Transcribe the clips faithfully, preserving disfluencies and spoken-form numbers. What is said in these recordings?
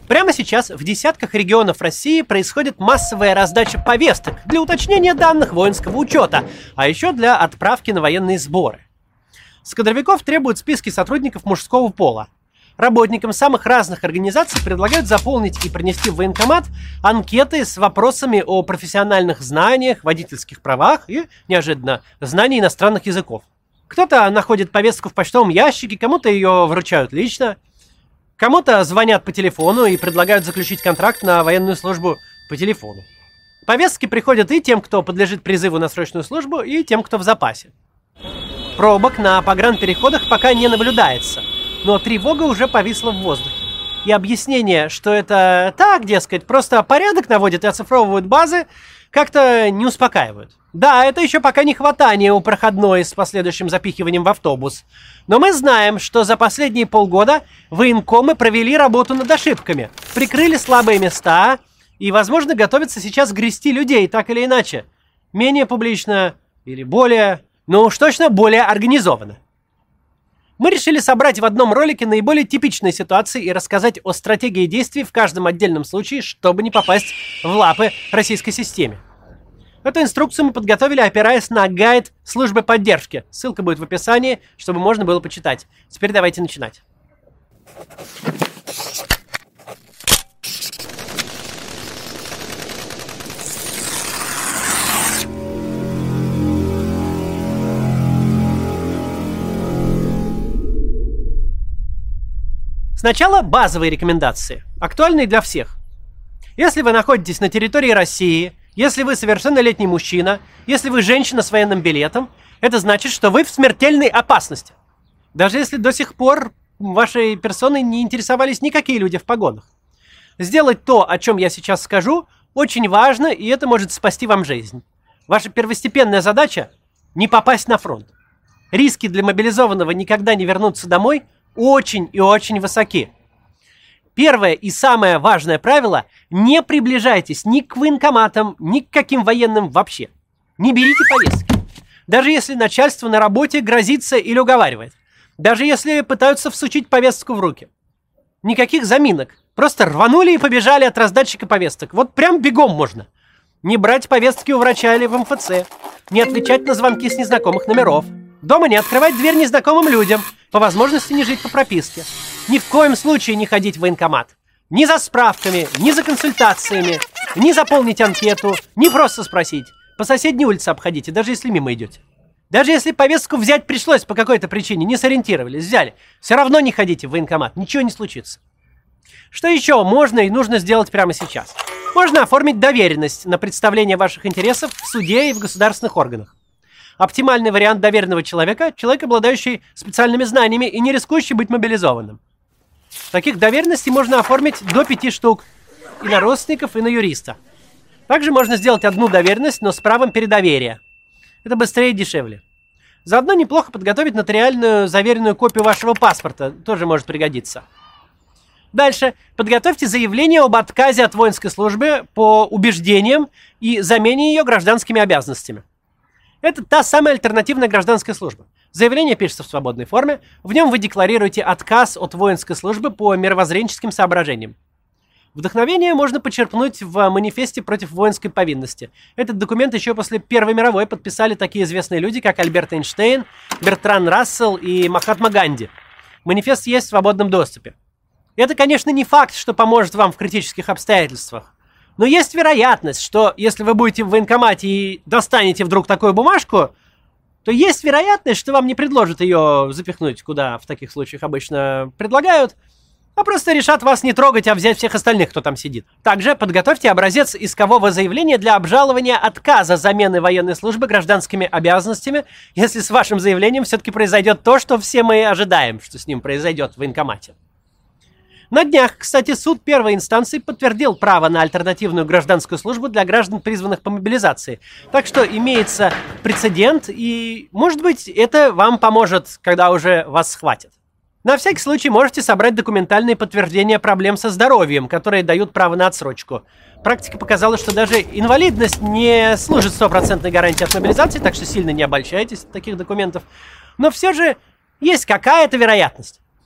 Прямо сейчас в десятках регионов России происходит массовая раздача повесток для уточнения данных воинского учета, а еще для отправки на военные сборы. С кадровиков требуют списки сотрудников мужского пола. Работникам самых разных организаций предлагают заполнить и принести в военкомат анкеты с вопросами о профессиональных знаниях, водительских правах и, неожиданно, знании иностранных языков. Кто-то находит повестку в почтовом ящике, кому-то ее вручают лично. Кому-то звонят по телефону и предлагают заключить контракт на военную службу по телефону. Повестки приходят и тем, кто подлежит призыву на срочную службу, и тем, кто в запасе. Пробок на погранпереходах пока не наблюдается, но тревога уже повисла в воздухе. И объяснение, что это так, дескать, просто порядок наводят и оцифровывают базы, как-то не успокаивают. Да, это еще пока не хватание у проходной с последующим запихиванием в автобус. Но мы знаем, что за последние полгода военкомы провели работу над ошибками, прикрыли слабые места и, возможно, готовятся сейчас грести людей так или иначе. Менее публично или более, ну уж точно более организованно. Мы решили собрать в одном ролике наиболее типичные ситуации и рассказать о стратегии действий в каждом отдельном случае, чтобы не попасть в лапы российской системе. Эту инструкцию мы подготовили, опираясь на гайд службы поддержки. Ссылка будет в описании, чтобы можно было почитать. Теперь давайте начинать. Сначала базовые рекомендации, актуальные для всех. Если вы находитесь на территории России, если вы совершеннолетний мужчина, если вы женщина с военным билетом, это значит, что вы в смертельной опасности. Даже если до сих пор вашей персоной не интересовались никакие люди в погонах. Сделать то, о чем я сейчас скажу, очень важно, и это может спасти вам жизнь. Ваша первостепенная задача – не попасть на фронт. Риски для мобилизованного никогда не вернуться домой очень и очень высоки. Первое и самое важное правило – не приближайтесь ни к военкоматам, ни к каким военным вообще. Не берите повестки. Даже если начальство на работе грозится или уговаривает. Даже если пытаются всучить повестку в руки. Никаких заминок. Просто рванули и побежали от раздатчика повесток. Вот прям бегом можно. Не брать повестки у врача или в эм эф цэ. Не отвечать на звонки с незнакомых номеров. Дома не открывать дверь незнакомым людям. По возможности не жить по прописке. Ни в коем случае не ходить в военкомат. Ни за справками, ни за консультациями, ни заполнить анкету, ни просто спросить. По соседней улице обходите, даже если мимо идете. Даже если повестку взять пришлось по какой-то причине, не сориентировались, взяли, все равно не ходите в военкомат, ничего не случится. Что еще можно и нужно сделать прямо сейчас? Можно оформить доверенность на представление ваших интересов в суде и в государственных органах. Оптимальный вариант доверенного человека – человек, обладающий специальными знаниями и не рискующий быть мобилизованным. Таких доверенностей можно оформить до пяти штук. И на родственников, и на юриста. Также можно сделать одну доверенность, но с правом передоверия. Это быстрее и дешевле. Заодно неплохо подготовить нотариальную заверенную копию вашего паспорта. Тоже может пригодиться. Дальше. Подготовьте заявление об отказе от воинской службы по убеждениям и замене ее гражданскими обязанностями. Это та самая альтернативная гражданская служба. Заявление пишется в свободной форме. В нем вы декларируете отказ от воинской службы по мировоззренческим соображениям. Вдохновение можно почерпнуть в манифесте против воинской повинности. Этот документ еще после Первой мировой подписали такие известные люди, как Альберт Эйнштейн, Бертран Рассел и Махатма Ганди. Манифест есть в свободном доступе. Это, конечно, не факт, что поможет вам в критических обстоятельствах. Но есть вероятность, что если вы будете в военкомате и достанете вдруг такую бумажку, то есть вероятность, что вам не предложат ее запихнуть, куда в таких случаях обычно предлагают, а просто решат вас не трогать, а взять всех остальных, кто там сидит. Также подготовьте образец искового заявления для обжалования отказа замены военной службы гражданскими обязанностями, если с вашим заявлением все-таки произойдет то, что все мы ожидаем, что с ним произойдет в военкомате. На днях, кстати, суд первой инстанции подтвердил право на альтернативную гражданскую службу для граждан, призванных по мобилизации. Так что имеется прецедент, и, может быть, это вам поможет, когда уже вас схватят. На всякий случай можете собрать документальные подтверждения проблем со здоровьем, которые дают право на отсрочку. Практика показала, что даже инвалидность не служит стопроцентной гарантией от мобилизации, так что сильно не обольщайтесь от таких документов. Но все же есть какая-то вероятность.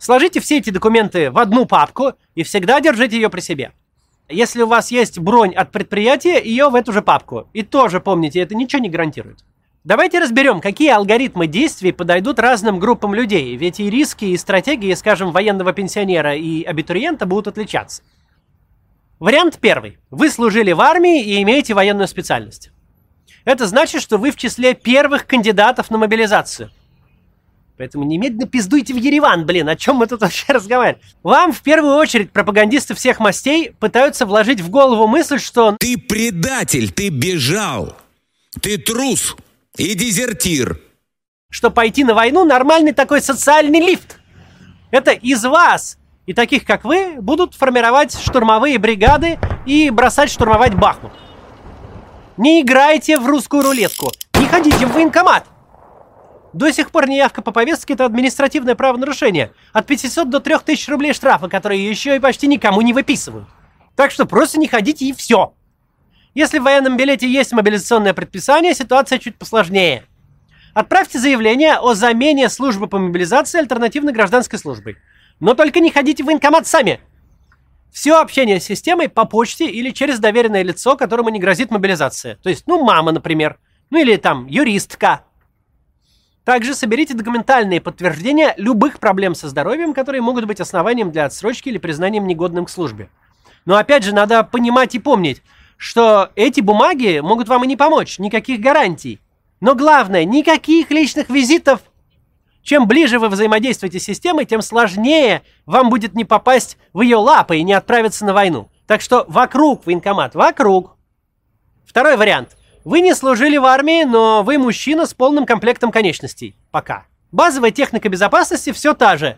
Сложите все эти документы в одну папку и всегда держите ее при себе. Если у вас есть бронь от предприятия, ее в эту же папку. И тоже помните, это ничего не гарантирует. Давайте разберем, какие алгоритмы действий подойдут разным группам людей, ведь и риски, и стратегии, скажем, военного пенсионера и абитуриента будут отличаться. Вариант первый. Вы служили в армии и имеете военную специальность. Это значит, что вы в числе первых кандидатов на мобилизацию. Поэтому немедленно пиздуйте в Ереван, блин, о чем мы тут вообще разговариваем? Вам в первую очередь пропагандисты всех мастей пытаются вложить в голову мысль, что... Ты предатель, ты бежал, ты трус и дезертир. Что пойти на войну нормальный такой социальный лифт. Это из вас и таких, как вы, будут формировать штурмовые бригады и бросать штурмовать Бахмут. Не играйте в русскую рулетку, не ходите в военкомат. До сих пор неявка по повестке – это административное правонарушение. От пятисот до трёх тысяч рублей штрафа, которые еще и почти никому не выписывают. Так что просто не ходите и все. Если в военном билете есть мобилизационное предписание, ситуация чуть посложнее. Отправьте заявление о замене службы по мобилизации альтернативной гражданской службой. Но только не ходите в военкомат сами. Все общение с системой по почте или через доверенное лицо, которому не грозит мобилизация. То есть, ну, мама, например. Ну, или там юристка. Также соберите документальные подтверждения любых проблем со здоровьем, которые могут быть основанием для отсрочки или признанием негодным к службе. Но опять же, надо понимать и помнить, что эти бумаги могут вам и не помочь, никаких гарантий. Но главное, никаких личных визитов. Чем ближе вы взаимодействуете с системой, тем сложнее вам будет не попасть в ее лапы и не отправиться на войну. Так что вокруг военкомат, вокруг. Второй вариант. Вы не служили в армии, но вы мужчина с полным комплектом конечностей. Пока. Базовая техника безопасности все та же.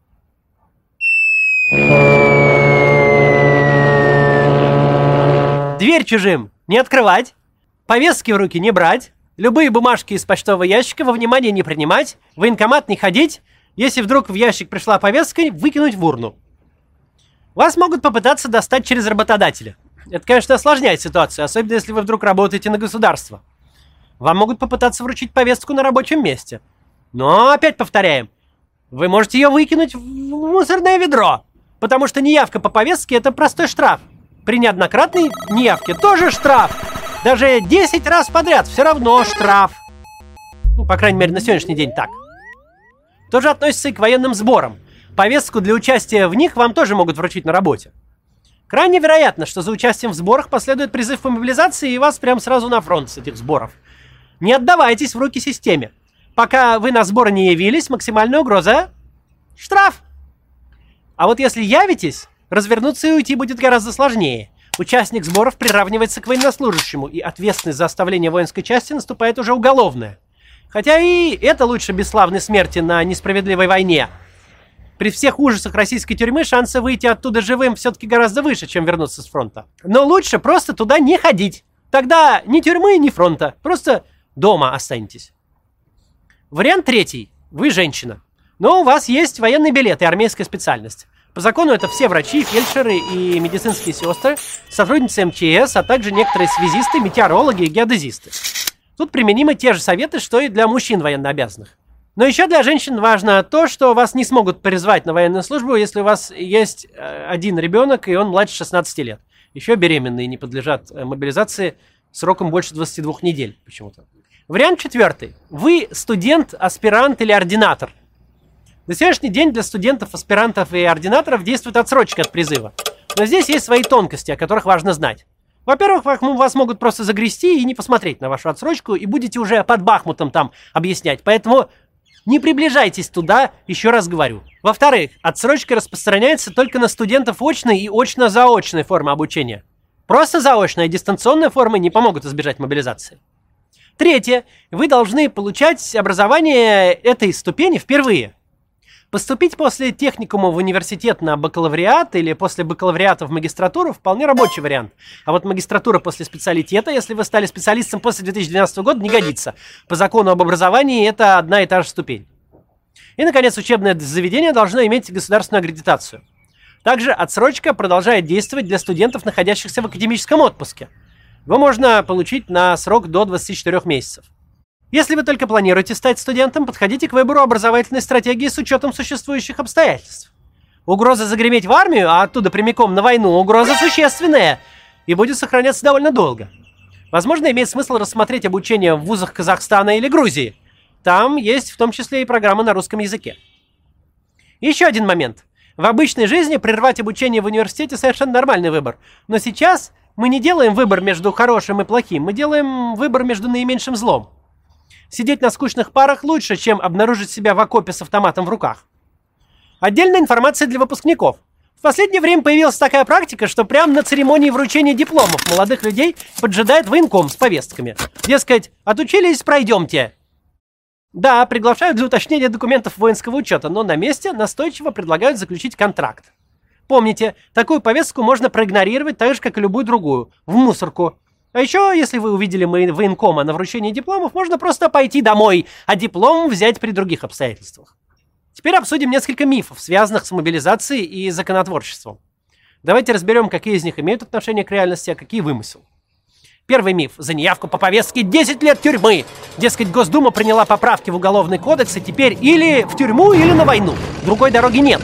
Дверь чужим не открывать, повестки в руки не брать, любые бумажки из почтового ящика во внимание не принимать, в военкомат не ходить, если вдруг в ящик пришла повестка, выкинуть в урну. Вас могут попытаться достать через работодателя. Это, конечно, осложняет ситуацию, особенно если вы вдруг работаете на государство. Вам могут попытаться вручить повестку на рабочем месте. Но, опять повторяем, вы можете ее выкинуть в мусорное ведро, потому что неявка по повестке – это простой штраф. При неоднократной неявке тоже штраф. Даже десять раз подряд все равно штраф. Ну, по крайней мере, на сегодняшний день так. Тоже относится и к военным сборам. Повестку для участия в них вам тоже могут вручить на работе. Крайне вероятно, что за участием в сборах последует призыв по мобилизации и вас прям сразу на фронт с этих сборов. Не отдавайтесь в руки системе. Пока вы на сборы не явились, максимальная угроза – штраф. А вот если явитесь, развернуться и уйти будет гораздо сложнее. Участник сборов приравнивается к военнослужащему, и ответственность за оставление воинской части наступает уже уголовная. Хотя и это лучше бесславной смерти на несправедливой войне. При всех ужасах российской тюрьмы шансы выйти оттуда живым все-таки гораздо выше, чем вернуться с фронта. Но лучше просто туда не ходить. Тогда ни тюрьмы, ни фронта. Просто дома останетесь. Вариант третий. Вы женщина. Но у вас есть военный билет и армейская специальность. По закону это все врачи, фельдшеры и медицинские сестры, сотрудницы эм че эс, а также некоторые связисты, метеорологи и геодезисты. Тут применимы те же советы, что и для мужчин военнообязанных. Но еще для женщин важно то, что вас не смогут призвать на военную службу, если у вас есть один ребенок, и он младше шестнадцати лет. Еще беременные не подлежат мобилизации сроком больше двадцати двух недель почему-то. Вариант четвертый. Вы студент, аспирант или ординатор. На сегодняшний день для студентов, аспирантов и ординаторов действует отсрочка от призыва. Но здесь есть свои тонкости, о которых важно знать. Во-первых, вас могут просто загрести и не посмотреть на вашу отсрочку, и будете уже под Бахмутом там объяснять. Поэтому не приближайтесь туда, еще раз говорю. Во-вторых, отсрочка распространяется только на студентов очной и очно-заочной формы обучения. Просто заочная и дистанционная формы не помогут избежать мобилизации. Третье. Вы должны получать образование этой ступени впервые. Поступить после техникума в университет на бакалавриат или после бакалавриата в магистратуру вполне рабочий вариант. А вот магистратура после специалитета, если вы стали специалистом после две тысячи двенадцатого года, не годится. По закону об образовании это одна и та же ступень. И, наконец, учебное заведение должно иметь государственную аккредитацию. Также отсрочка продолжает действовать для студентов, находящихся в академическом отпуске. Его можно получить на срок до двадцати четырёх месяцев. Если вы только планируете стать студентом, подходите к выбору образовательной стратегии с учетом существующих обстоятельств. Угроза загреметь в армию, а оттуда прямиком на войну, угроза существенная и будет сохраняться довольно долго. Возможно, имеет смысл рассмотреть обучение в вузах Казахстана или Грузии. Там есть в том числе и программы на русском языке. Еще один момент. В обычной жизни прервать обучение в университете совершенно нормальный выбор. Но сейчас мы не делаем выбор между хорошим и плохим, мы делаем выбор между наименьшим злом. Сидеть на скучных парах лучше, чем обнаружить себя в окопе с автоматом в руках. Отдельная информация для выпускников. В последнее время появилась такая практика, что прямо на церемонии вручения дипломов молодых людей поджидает военком с повестками. Дескать, отучились, пройдемте. Да, приглашают для уточнения документов воинского учета, но на месте настойчиво предлагают заключить контракт. Помните, такую повестку можно проигнорировать так же, как и любую другую, в мусорку. А еще, если вы увидели военкома на вручении дипломов, можно просто пойти домой, а диплом взять при других обстоятельствах. Теперь обсудим несколько мифов, связанных с мобилизацией и законотворчеством. Давайте разберем, какие из них имеют отношение к реальности, а какие вымысел. Первый миф. За неявку по повестке десять лет тюрьмы. Дескать, Госдума приняла поправки в Уголовный кодекс, и теперь или в тюрьму, или на войну. Другой дороги нет.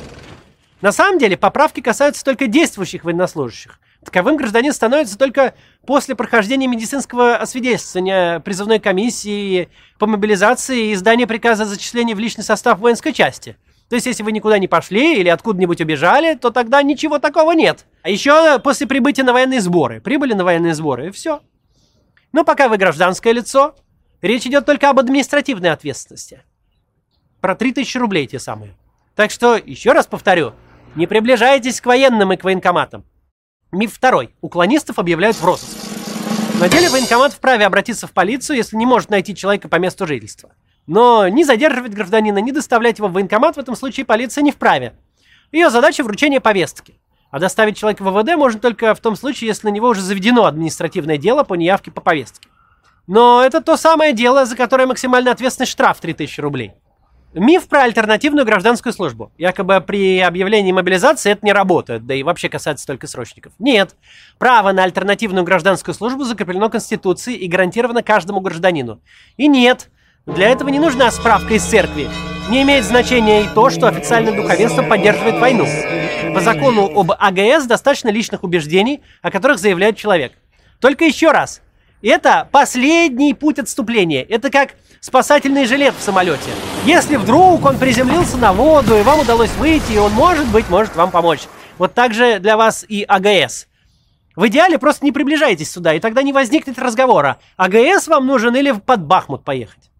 На самом деле, поправки касаются только действующих военнослужащих. Таковым гражданин становится только после прохождения медицинского освидетельствования, призывной комиссии по мобилизации и издания приказа о зачислении в личный состав воинской части. То есть, если вы никуда не пошли или откуда-нибудь убежали, то тогда ничего такого нет. А еще после прибытия на военные сборы. Прибыли на военные сборы, и все. Но пока вы гражданское лицо, речь идет только об административной ответственности. Про три тысячи рублей те самые. Так что, еще раз повторю, не приближайтесь к военным и к военкоматам. Миф второй. Уклонистов объявляют в розыск. На деле военкомат вправе обратиться в полицию, если не может найти человека по месту жительства. Но ни задерживать гражданина, ни доставлять его в военкомат в этом случае полиция не вправе. Ее задача — вручение повестки. А доставить человека в ВВД можно только в том случае, если на него уже заведено административное дело по неявке по повестке. Но это то самое дело, за которое максимальный ответственный штраф три тысячи рублей. Миф про альтернативную гражданскую службу. Якобы при объявлении мобилизации это не работает, да и вообще касается только срочников. Нет. Право на альтернативную гражданскую службу закреплено Конституцией и гарантировано каждому гражданину. И нет, для этого не нужна справка из церкви. Не имеет значения и то, что официальное духовенство поддерживает войну. По закону об АГС достаточно личных убеждений, о которых заявляет человек. Только еще раз. Это последний путь отступления. Это как спасательный жилет в самолете. Если вдруг он приземлился на воду, и вам удалось выйти, и он, может быть, может вам помочь. Вот так же для вас и АГС. В идеале просто не приближайтесь сюда, и тогда не возникнет разговора. АГС вам нужен или под Бахмут поехать.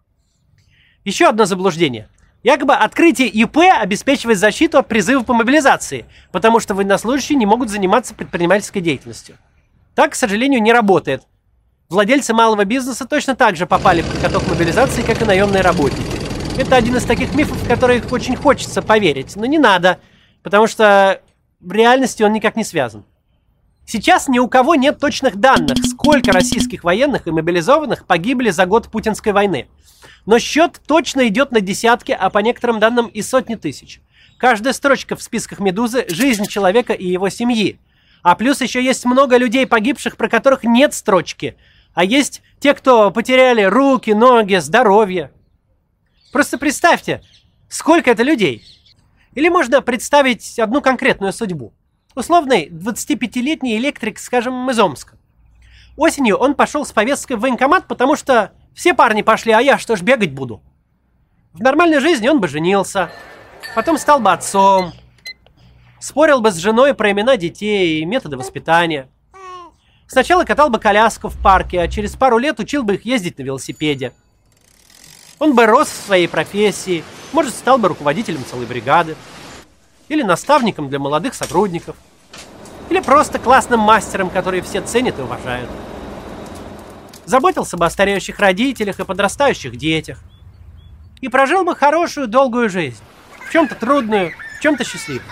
Еще одно заблуждение. Якобы открытие ИП обеспечивает защиту от призыва по мобилизации, потому что военнослужащие не могут заниматься предпринимательской деятельностью. Так, к сожалению, не работает. Владельцы малого бизнеса точно так же попали под каток мобилизации, как и наемные работники. Это один из таких мифов, в которые очень хочется поверить, но не надо, потому что в реальности он никак не связан. Сейчас ни у кого нет точных данных, сколько российских военных и мобилизованных погибли за год путинской войны. Но счет точно идет на десятки, а по некоторым данным и сотни тысяч. Каждая строчка в списках «Медузы» — жизнь человека и его семьи. А плюс еще есть много людей погибших, про которых нет строчки. А есть те, кто потеряли руки, ноги, здоровье. Просто представьте, сколько это людей. Или можно представить одну конкретную судьбу. Условный двадцатипятилетний электрик, скажем, из Омска. Осенью он пошел с повесткой в военкомат, потому что все парни пошли, а я что ж бегать буду? В нормальной жизни он бы женился, потом стал бы отцом, спорил бы с женой про имена детей и методы воспитания. Сначала катал бы коляску в парке, а через пару лет учил бы их ездить на велосипеде. Он бы рос в своей профессии, может, стал бы руководителем целой бригады, или наставником для молодых сотрудников, или просто классным мастером, который все ценят и уважают. Заботился бы о стареющих родителях и подрастающих детях. И прожил бы хорошую, долгую жизнь. В чем-то трудную, в чем-то счастливую.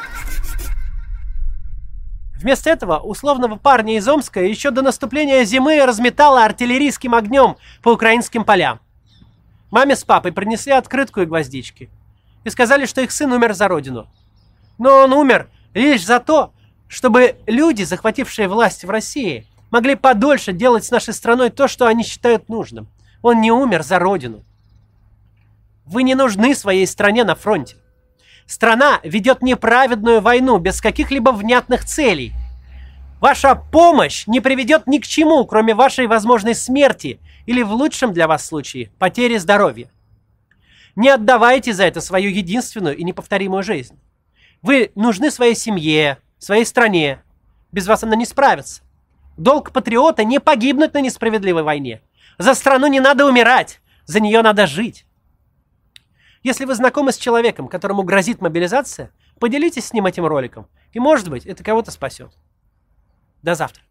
Вместо этого условного парня из Омска еще до наступления зимы разметало артиллерийским огнем по украинским полям. Маме с папой принесли открытку и гвоздички. И сказали, что их сын умер за родину. Но он умер лишь за то, чтобы люди, захватившие власть в России, могли подольше делать с нашей страной то, что они считают нужным. Он не умер за родину. Вы не нужны своей стране на фронте. Страна ведет неправедную войну без каких-либо внятных целей. Ваша помощь не приведет ни к чему, кроме вашей возможной смерти или, в лучшем для вас случае, потери здоровья. Не отдавайте за это свою единственную и неповторимую жизнь. Вы нужны своей семье, своей стране. Без вас она не справится. Долг патриота — не погибнуть на несправедливой войне. За страну не надо умирать, за нее надо жить. Если вы знакомы с человеком, которому грозит мобилизация, поделитесь с ним этим роликом, и, может быть, это кого-то спасет. До завтра.